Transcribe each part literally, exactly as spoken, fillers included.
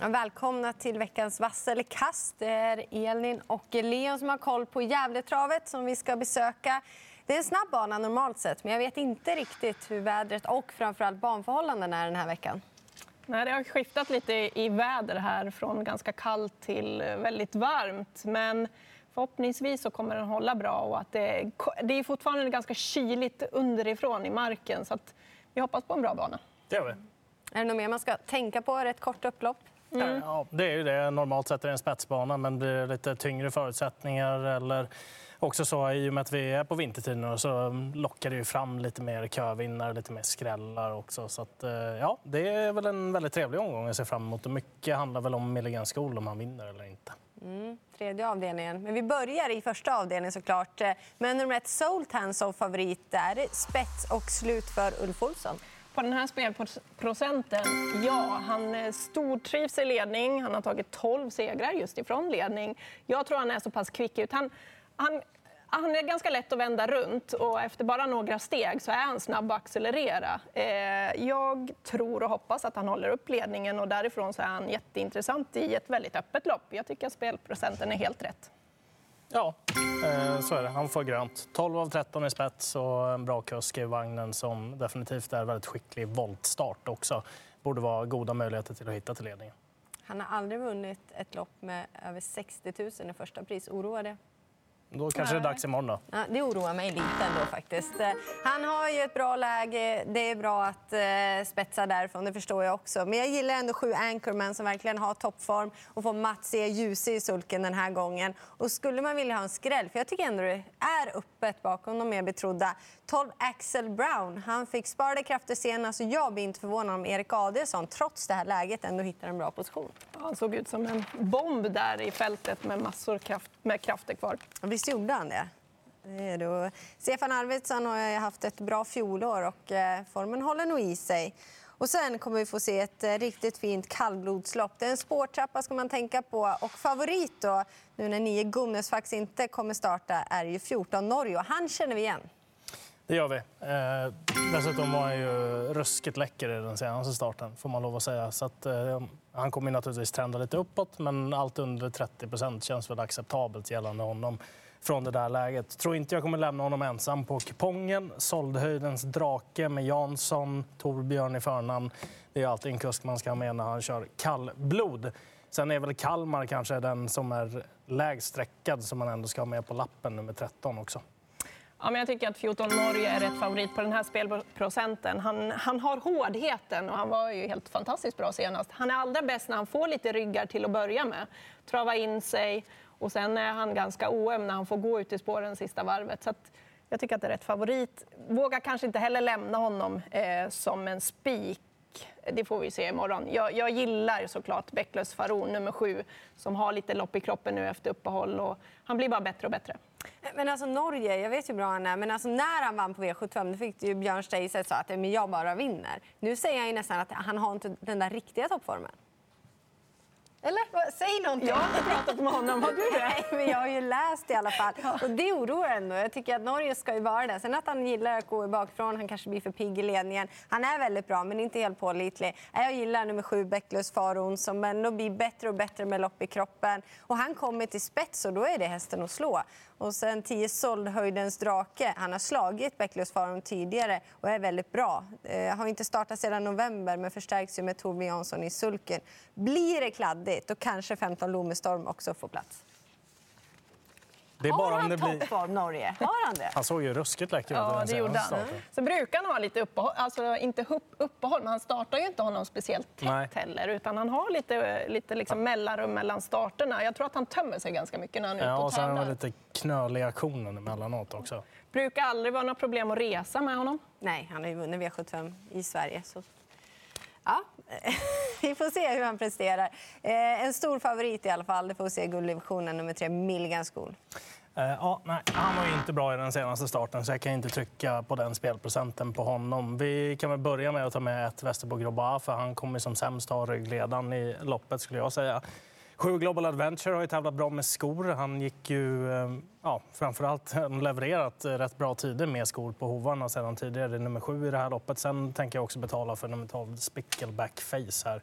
Välkomna till veckans vass eller kast. Det är Elin och Leon som har koll på Gävletravet som vi ska besöka. Det är en snabb bana normalt sett, men jag vet inte riktigt hur vädret och framförallt banförhållanden är den här veckan. Nej, det har skiftat lite i väder här från ganska kallt till väldigt varmt. Men förhoppningsvis så kommer den hålla bra och att det, det är fortfarande ganska kyligt underifrån i marken. Så att vi hoppas på en bra bana. Det gör vi. Är det något mer man ska tänka på? Ett kort upplopp? Mm. Ja, det är ju det. Normalt sett är det en spetsbana, men blir det lite tyngre förutsättningar eller också så i och med att vi är på vintertid nu så lockar det ju fram lite mer kövinnare, lite mer skrällar också. Så att, ja, det är väl en väldigt trevlig omgång att se fram emot. Och mycket handlar väl om Milligan School om han vinner eller inte. Mm, tredje avdelningen. Men vi börjar i första avdelningen såklart. Men nummer ett Soltan som favorit där. Spets och slut för Ulf Olsson. På den här spelprocenten, ja, han stortrivs i ledning. Han har tagit tolv segrar just ifrån ledning. Jag tror han är så pass kvick ut. Han, han, han är ganska lätt att vända runt och efter bara några steg så är han snabb att accelerera. Eh, jag tror och hoppas att han håller upp ledningen och därifrån så är han jätteintressant i ett väldigt öppet lopp. Jag tycker att spelprocenten är helt rätt. Ja, så är det. Han får grönt. tolv av tretton i spets och en bra kusk i vagnen som definitivt är väldigt skicklig voltstart också. Borde vara goda möjligheter till att hitta till ledningen. Han har aldrig vunnit ett lopp med över sextio tusen i första pris. Oroar det? Då kanske Nej. det är dags imorgon då. Ja, det oroar mig lite ändå faktiskt. Han har ju ett bra läge. Det är bra att eh, spetsa därifrån, det förstår jag också. Men jag gillar ändå sju Anchorman som verkligen har toppform och får Mats E. Ljuse i sulken den här gången. Och skulle man vilja ha en skräll, för jag tycker ändå det är öppet bakom de mer betrodda. tolv Axel Brown, han fick sparade krafter senast och jag blir inte förvånad om Erik Adelsson trots det här läget ändå hittar en bra position. Han såg ut som en bomb där i fältet med massor kraft, med krafter kvar. Visst gjorde han det? Det är då. Stefan Arvidsson har haft ett bra fjolår och formen håller nog i sig. Och sen kommer vi få se ett riktigt fint kallblodslopp. Det är en spårtrappa ska man tänka på. Och favorit då, nu när nio Gunnes faktiskt inte kommer starta, är ju fjorton Norge. Och han känner vi igen. Det gör vi. Eh, dessutom var han ju ruskigt läcker i den senaste starten, får man lov att säga. Så att, eh, han kommer naturligtvis trenda lite uppåt, men allt under trettio procent känns väl acceptabelt gällande honom från det där läget. Tror inte jag kommer lämna honom ensam på kupongen. Såldhöjdens drake med Jansson, Torbjörn i förnamn. Det är alltid en kusk man ska ha med när han kör kallblod. Sen är väl Kalmar kanske den som är lägst sträckad som man ändå ska ha med på lappen, nummer tretton också. Ja, men jag tycker att fjorton Norge är rätt favorit på den här spelprocenten. Han, han har hårdheten och han var ju helt fantastiskt bra senast. Han är allra bäst när han får lite ryggar till att börja med. Trava in sig och sen är han ganska oöm när han får gå ut i spåren sista varvet. Så att jag tycker att det är rätt favorit. Vågar kanske inte heller lämna honom eh, som en spik. Det får vi se imorgon. Jag, jag gillar såklart Bäcklös Faron nummer sju som har lite lopp i kroppen nu efter uppehåll och han blir bara bättre och bättre. Men alltså Norge, jag vet ju bra han är, men alltså när han vann på V sjuttiofem då fick ju Björn Steiset sa att men jag bara vinner. Nu säger han ju nästan att han har inte den där riktiga toppformen. Eller? Säg någonting. Jag har inte pratat med honom. Har du det? Nej, men jag har ju läst i alla fall. Ja. Och det oroar ändå. Jag tycker att Norge ska ju vara det. Sen att han gillar att gå bakifrån. Han kanske blir för pigg i ledningen. Han är väldigt bra, men inte helt pålitlig. Jag gillar nummer sju, Bäcklös Faron, som ändå blir bättre och bättre med lopp i kroppen. Och han kommer till spets och då är det hästen att slå. Och sen tio Såldhöjdens drake. Han har slagit Bäcklös Faron tidigare och är väldigt bra. Eh, har inte startat sedan november men förstärks ju med Torbjörn Jansson i sulken. Blir det kladdigt och kanske femton Lomestorm också får plats. Det är har bara han om det blir... toppform, Norge? Har han det? Han såg ju ruskigt läcker ut. Ja, det gjorde han. Så brukar han ha lite uppehåll, alltså inte uppehåll, men han startar ju inte honom speciellt tätt Nej. heller, utan han har lite, lite liksom ja. mellanrum mellan starterna. Jag tror att han tömmer sig ganska mycket när han är ja, ute och och sen har tävlar. han lite knöliga aktionen emellanåt också. Brukar aldrig vara några problem att resa med honom. Nej, han har ju vunnit V sjuttiofem i Sverige, så... Ja, vi får se hur han presterar. Eh, en stor favorit i alla fall. Det får vi se gulddivisionen nummer tre, Milligan School. Eh, ja, nej, han var ju inte bra i den senaste starten så jag kan inte trycka på den spelprocenten på honom. Vi kan väl börja med att ta med ett Västerbo Groba för han kommer som sämst ha ryggledan i loppet skulle jag säga. Sju Global Adventure har ju tävlat bra med skor. Han gick ju ja, framförallt levererat rätt bra tider med skor på hovarna sedan tidigare. Nummer sju i det här loppet. Sen tänker jag också betala för nummer tolv Spickleback Face här.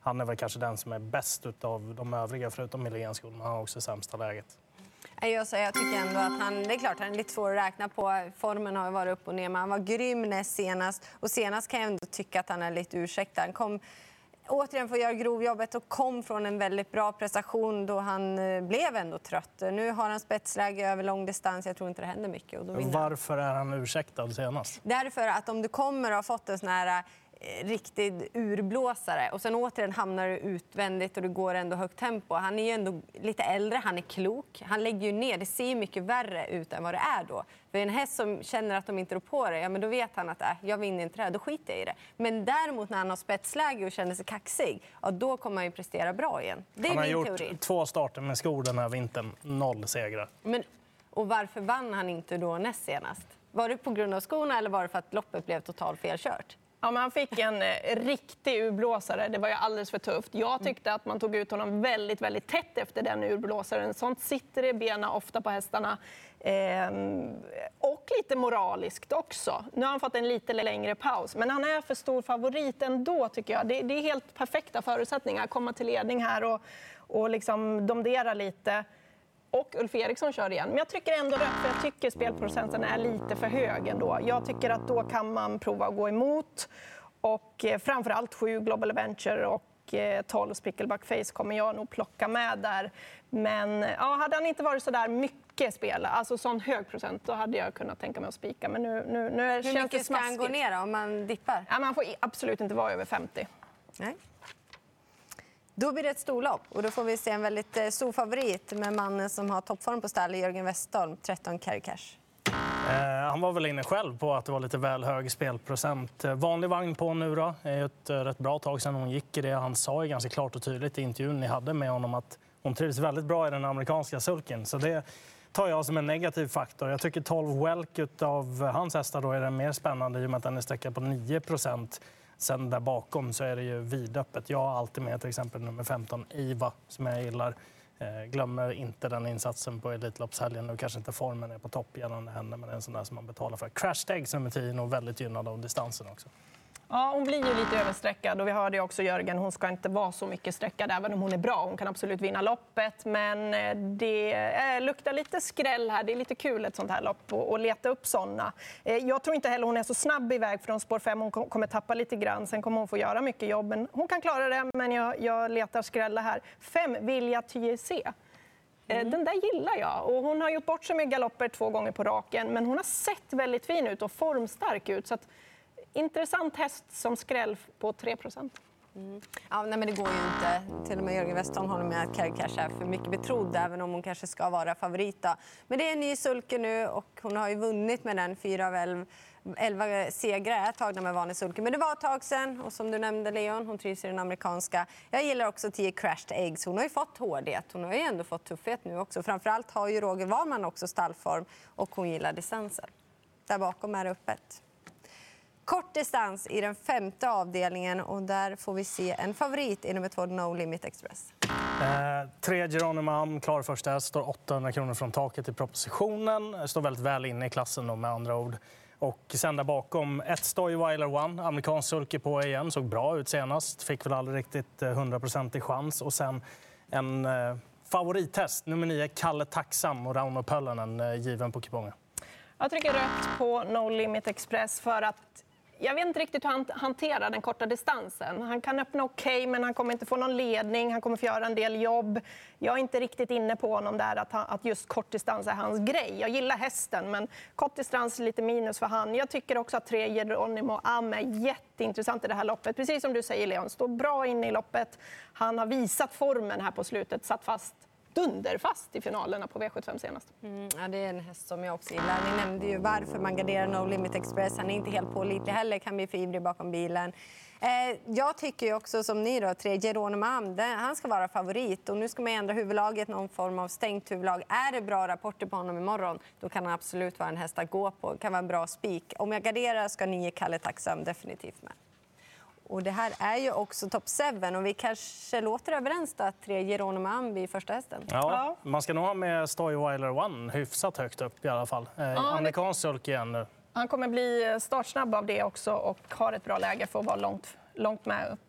han är väl kanske den som är bäst av de övriga förutom Milén-skon, men han har också sämsta läget. Jag, så jag tycker ändå att han, det är klart han är lite svår att räkna på. Formen har varit upp och ner, men han var grym näst senast. Och senast kan jag ändå tycka att han är lite ursäktad. Han kom återigen få göra grovjobbet och kom från en väldigt bra prestation då han blev ändå trött. Nu har han spetsläge över lång distans. Jag tror inte det händer mycket. Och då vinner han. Varför är han ursäktad senast? Därför att om du kommer och har fått en sån här riktigt urblåsare och sen återigen hamnar du utvändigt och du går ändå högt tempo. Han är ju ändå lite äldre, han är klok. Han lägger ju ner, det ser ju mycket värre ut än vad det är då. För en häst som känner att de inte rår på det, ja men då vet han att äh, jag vinner inte det här, då skiter jag i det. Men däremot när han har spetsläge och känner sig kaxig, ja då kommer han ju prestera bra igen. Det är han har min gjort teori. två starter med skor den här vintern, noll segrar. Men, och varför vann han inte då näst senast? Var det på grund av skorna eller var det för att loppet blev totalt felkört? Ja, men han fick en eh, riktig urblåsare. Det var ju alldeles för tufft. Jag tyckte att man tog ut honom väldigt, väldigt tätt efter den urblåsaren. Sånt sitter i benen ofta på hästarna. Eh, och lite moraliskt också. Nu har han fått en lite längre paus. Men han är för stor favorit ändå, tycker jag. Det, det är helt perfekta förutsättningar. Komma till ledning här och, och liksom domdera lite. Och Ulf Eriksson kör igen. Men jag tycker ändå rätt, för jag tycker spelprocenten är lite för hög ändå. Jag tycker att då kan man prova att gå emot. Och eh, framförallt sju Global Adventure och eh, tolv Spickleback Face kommer jag nog plocka med där. Men ja, hade han inte varit så där mycket spel, alltså sån hög procent, då hade jag kunnat tänka mig att spika. Men nu, nu, nu Hur känns mycket det ska han gå ner om man dippar? Ja, man får absolut inte vara över femtio. Nej. Då blir det ett storlopp och då får vi se en väldigt eh, stor favorit med mannen som har toppform på stall, Jörgen Westholm, tretton Carry Cash. Eh, han var väl inne själv på att det var lite väl hög spelprocent. Eh, vanlig vagn på nu då. Det är ett eh, rätt bra tag sedan hon gick i det. Han sa ju ganska klart och tydligt i intervjun ni hade med honom att hon trivs väldigt bra i den amerikanska sulken. Så det tar jag som en negativ faktor. Jag tycker tolv Welk av hans hästar då är den mer spännande i och med att den är sträckad på nio procent. Sen där bakom så är det ju vidöppet. Jag har alltid med till exempel nummer femton Iva som jag gillar. Eh, glömmer inte den insatsen på Elitloppshelgen. Nu kanske inte formen är på topp gällande henne, men det är en sån där som man betalar för. Crash Eggs nummer tio är nog väldigt gynnad av distansen också. Ja, hon blir ju lite översträckad och vi hörde ju också Jörgen, hon ska inte vara så mycket sträckad även om hon är bra. Hon kan absolut vinna loppet, men det eh, luktar lite skräll här. Det är lite kul ett sånt här lopp och, och leta upp såna. Eh, jag tror inte heller hon är så snabb iväg från spår fem. Hon kommer tappa lite grann, sen kommer hon få göra mycket jobb. Men hon kan klara det, men jag, jag letar skrälla här. Fem Vilja T J C. Mm. Den där gillar jag. Och hon har gjort bort sig med galopper två gånger på raken, men hon har sett väldigt fin ut och formstark ut. Så att, intressant häst som skräll på tre procent. Mm. Ja, nej, men det går ju inte. Till och med Jörgen Westholm håller med att Carry Cash är för mycket betrodd, även om hon kanske ska vara favorit. Då. Men det är en ny sulke nu och hon har ju vunnit med den. Fyra av elva, elva segrar är tagna med vanlig sulke. Men det var ett tag sedan och som du nämnde Leon, hon trivs i den amerikanska. Jag gillar också tio Crashed Eggs. Hon har ju fått hårdhet. Hon har ju ändå fått tuffhet nu också. Framförallt har ju Roger Wahlman också stallform och hon gillar distansen. Där bakom är det öppet. Kort distans i den femte avdelningen och där får vi se en favorit i nummer två, No Limit Express. Eh, tre Geronimo Am, klar första häst, står åttahundra kronor från taket i propositionen. Står väldigt väl inne i klassen då, med andra ord. Och sen där bakom ett Stoywiler One, amerikansk sulke på igen, såg bra ut senast. Fick väl aldrig riktigt hundra procent i chans. Och sen en eh, favorithäst, nummer nio, Kalle Tacksam och Rauno Pöllönen, eh, given på kupongen. Jag trycker rött på No Limit Express för att jag vet inte riktigt hur han hanterar den korta distansen. Han kan öppna okej, okay, men han kommer inte få någon ledning. Han kommer få göra en del jobb. Jag är inte riktigt inne på honom där att, han, att just kortdistans är hans grej. Jag gillar hästen, men kortdistans är lite minus för han. Jag tycker också att tre Geronimo Am är jätteintressant i det här loppet. Precis som du säger, Leon. Står bra inne i loppet. Han har visat formen här på slutet, satt fast dunderfast i finalerna på V sjuttiofem senast. Mm, ja, det är en häst som jag också gillar. Ni nämnde ju varför man garderar No Limit Express. Han är inte helt pålitlig heller, kan bli för ivrig bakom bilen. Eh, jag tycker ju också som ni då, tre Geronimo Am, han ska vara favorit. Och nu ska man ändra huvudlaget, någon form av stängt huvudlag. Är det bra rapporter på honom imorgon, då kan han absolut vara en häst att gå på. Kan vara en bra spik. Om jag garderar ska nio Kalle Tacksam definitivt med. Och det här är ju också topp sju och vi kanske låter överens att tre Geronimo Am blir första hästen. Ja, ja, man ska nog ha med Stoywiler One hyfsat högt upp i alla fall. Eh, ja, amerikansk sulke igen nu. Han kommer bli startsnabb av det också och har ett bra läge för att vara långt, långt med upp.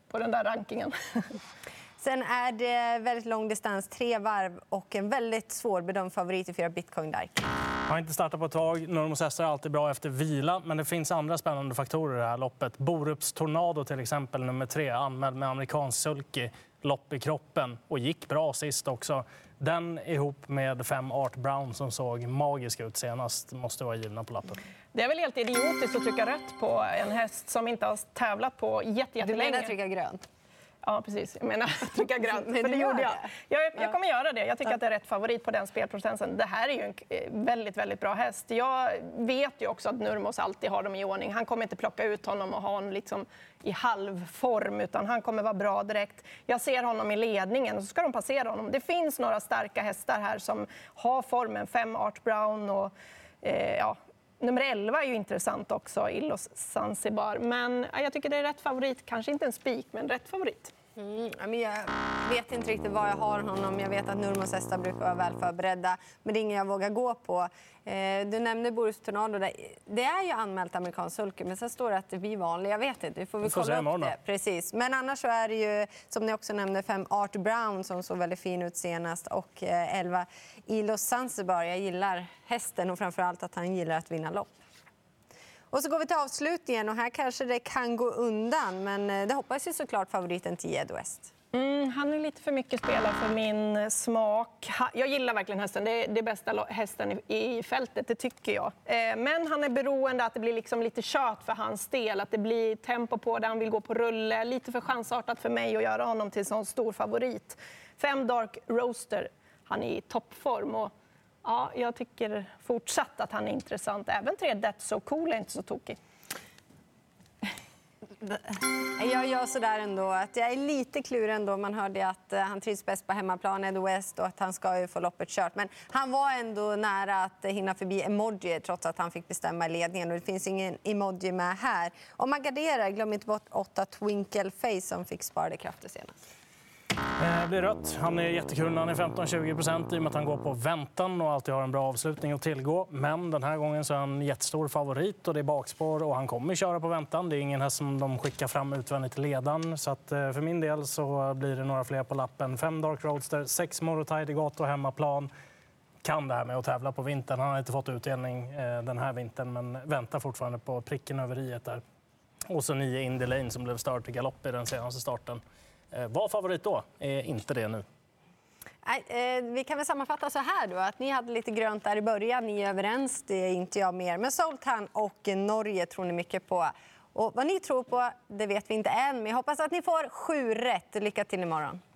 på den där rankingen. Sen är det väldigt lång distans, tre varv och en väldigt svårbedömd favorit i fyra Bitcoin Dark. Har inte startat på ett tag. Nurmos Hästar är alltid bra efter vila, men det finns andra spännande faktorer i det här loppet. Borups Tornado till exempel, nummer tre, anmäld med amerikansk sulky, lopp i kroppen och gick bra sist också. Den ihop med fem Art Brown som såg magisk ut senast måste vara givna på lappen. Det är väl helt idiotiskt att trycka rött på en häst som inte har tävlat på jätte, jättelänge. Du menar trycka grönt? Ja, precis. Jag menar trycka grönt, Men för det gjorde jag. Det. jag. Jag kommer göra det. Jag tycker ja. att det är rätt favorit på den spelprocenten. Det här är ju en väldigt, väldigt bra häst. Jag vet ju också att Nurmos alltid har dem i ordning. Han kommer inte plocka ut honom och ha honom liksom i halvform, utan han kommer vara bra direkt. Jag ser honom i ledningen och så ska de passera honom. Det finns några starka hästar här som har formen. Fem Art Brown och eh, ja, nummer elva är ju intressant också, Illos Zanzibar. Men ja, jag tycker det är rätt favorit. Kanske inte en spik, men rätt favorit. Mm, jag vet inte riktigt var jag har honom. Jag vet att Nurmos hästar brukar vara väl förberedda, men det är ingen jag vågar gå på. Du nämnde Borups Tornado. Det är ju anmält amerikansk sulky, men sen står det att det blir vanligt. Jag vet inte, vi får väl får kolla upp det. Precis. Men annars så är det ju, som ni också nämnde, fem Art Brown som såg väldigt fin ut senast och elva Illos Zanzibar. Jag gillar hästen och framförallt att han gillar att vinna lopp. Och så går vi till avslutningen och här kanske det kan gå undan, men det hoppas ju såklart favoriten tio Ed West. Mm, han är lite för mycket spelare för min smak. Jag gillar verkligen hästen. Det är det bästa hästen i fältet, det tycker jag. Men han är beroende att det blir liksom lite kött för hans del. Att det blir tempo på det, han vill gå på rulle. Lite för chansartat för mig att göra honom till en sån stor favorit. Fem Dark Roaster, han är i toppform och ja, jag tycker fortsatt att han är intressant. Även tre That's So Cool är inte så tokig. Jag gör så där ändå att jag är lite klurig ändå. Man hörde att han trivs bäst på hemmaplan, Ed West, och att han ska ju få loppet kört. Men han var ändå nära att hinna förbi Emoji trots att han fick bestämma i ledningen. Och det finns ingen Emoji med här. Om man garderar, glöm inte bort åtta Twinkle Face som fick sparade krafter senast. Det blir rött. Han är jättekul när han är femton till tjugo procent i och med att han går på väntan och alltid har en bra avslutning att tillgå. Men den här gången så är han jättestor favorit och det är bakspår och han kommer köra på väntan. Det är ingen häst som de skickar fram utvändigt till ledan. Så att för min del så blir det några fler på lappen. Fem Dark Roadster, sex Morotai de Gato hemmaplan. Kan det här med att tävla på vintern. Han har inte fått utdelning den här vintern men väntar fortfarande på pricken över iet där. Och så nio Indy Lane som blev start till galopp i den senaste starten. Var favorit då? Är inte det nu? Nej, eh, vi kan väl sammanfatta så här då, att ni hade lite grönt där i början, ni är överens, det är inte jag mer. Men Sultan och Norge tror ni mycket på. Och vad ni tror på, det vet vi inte än, men jag hoppas att ni får sju rätt. Lycka till imorgon.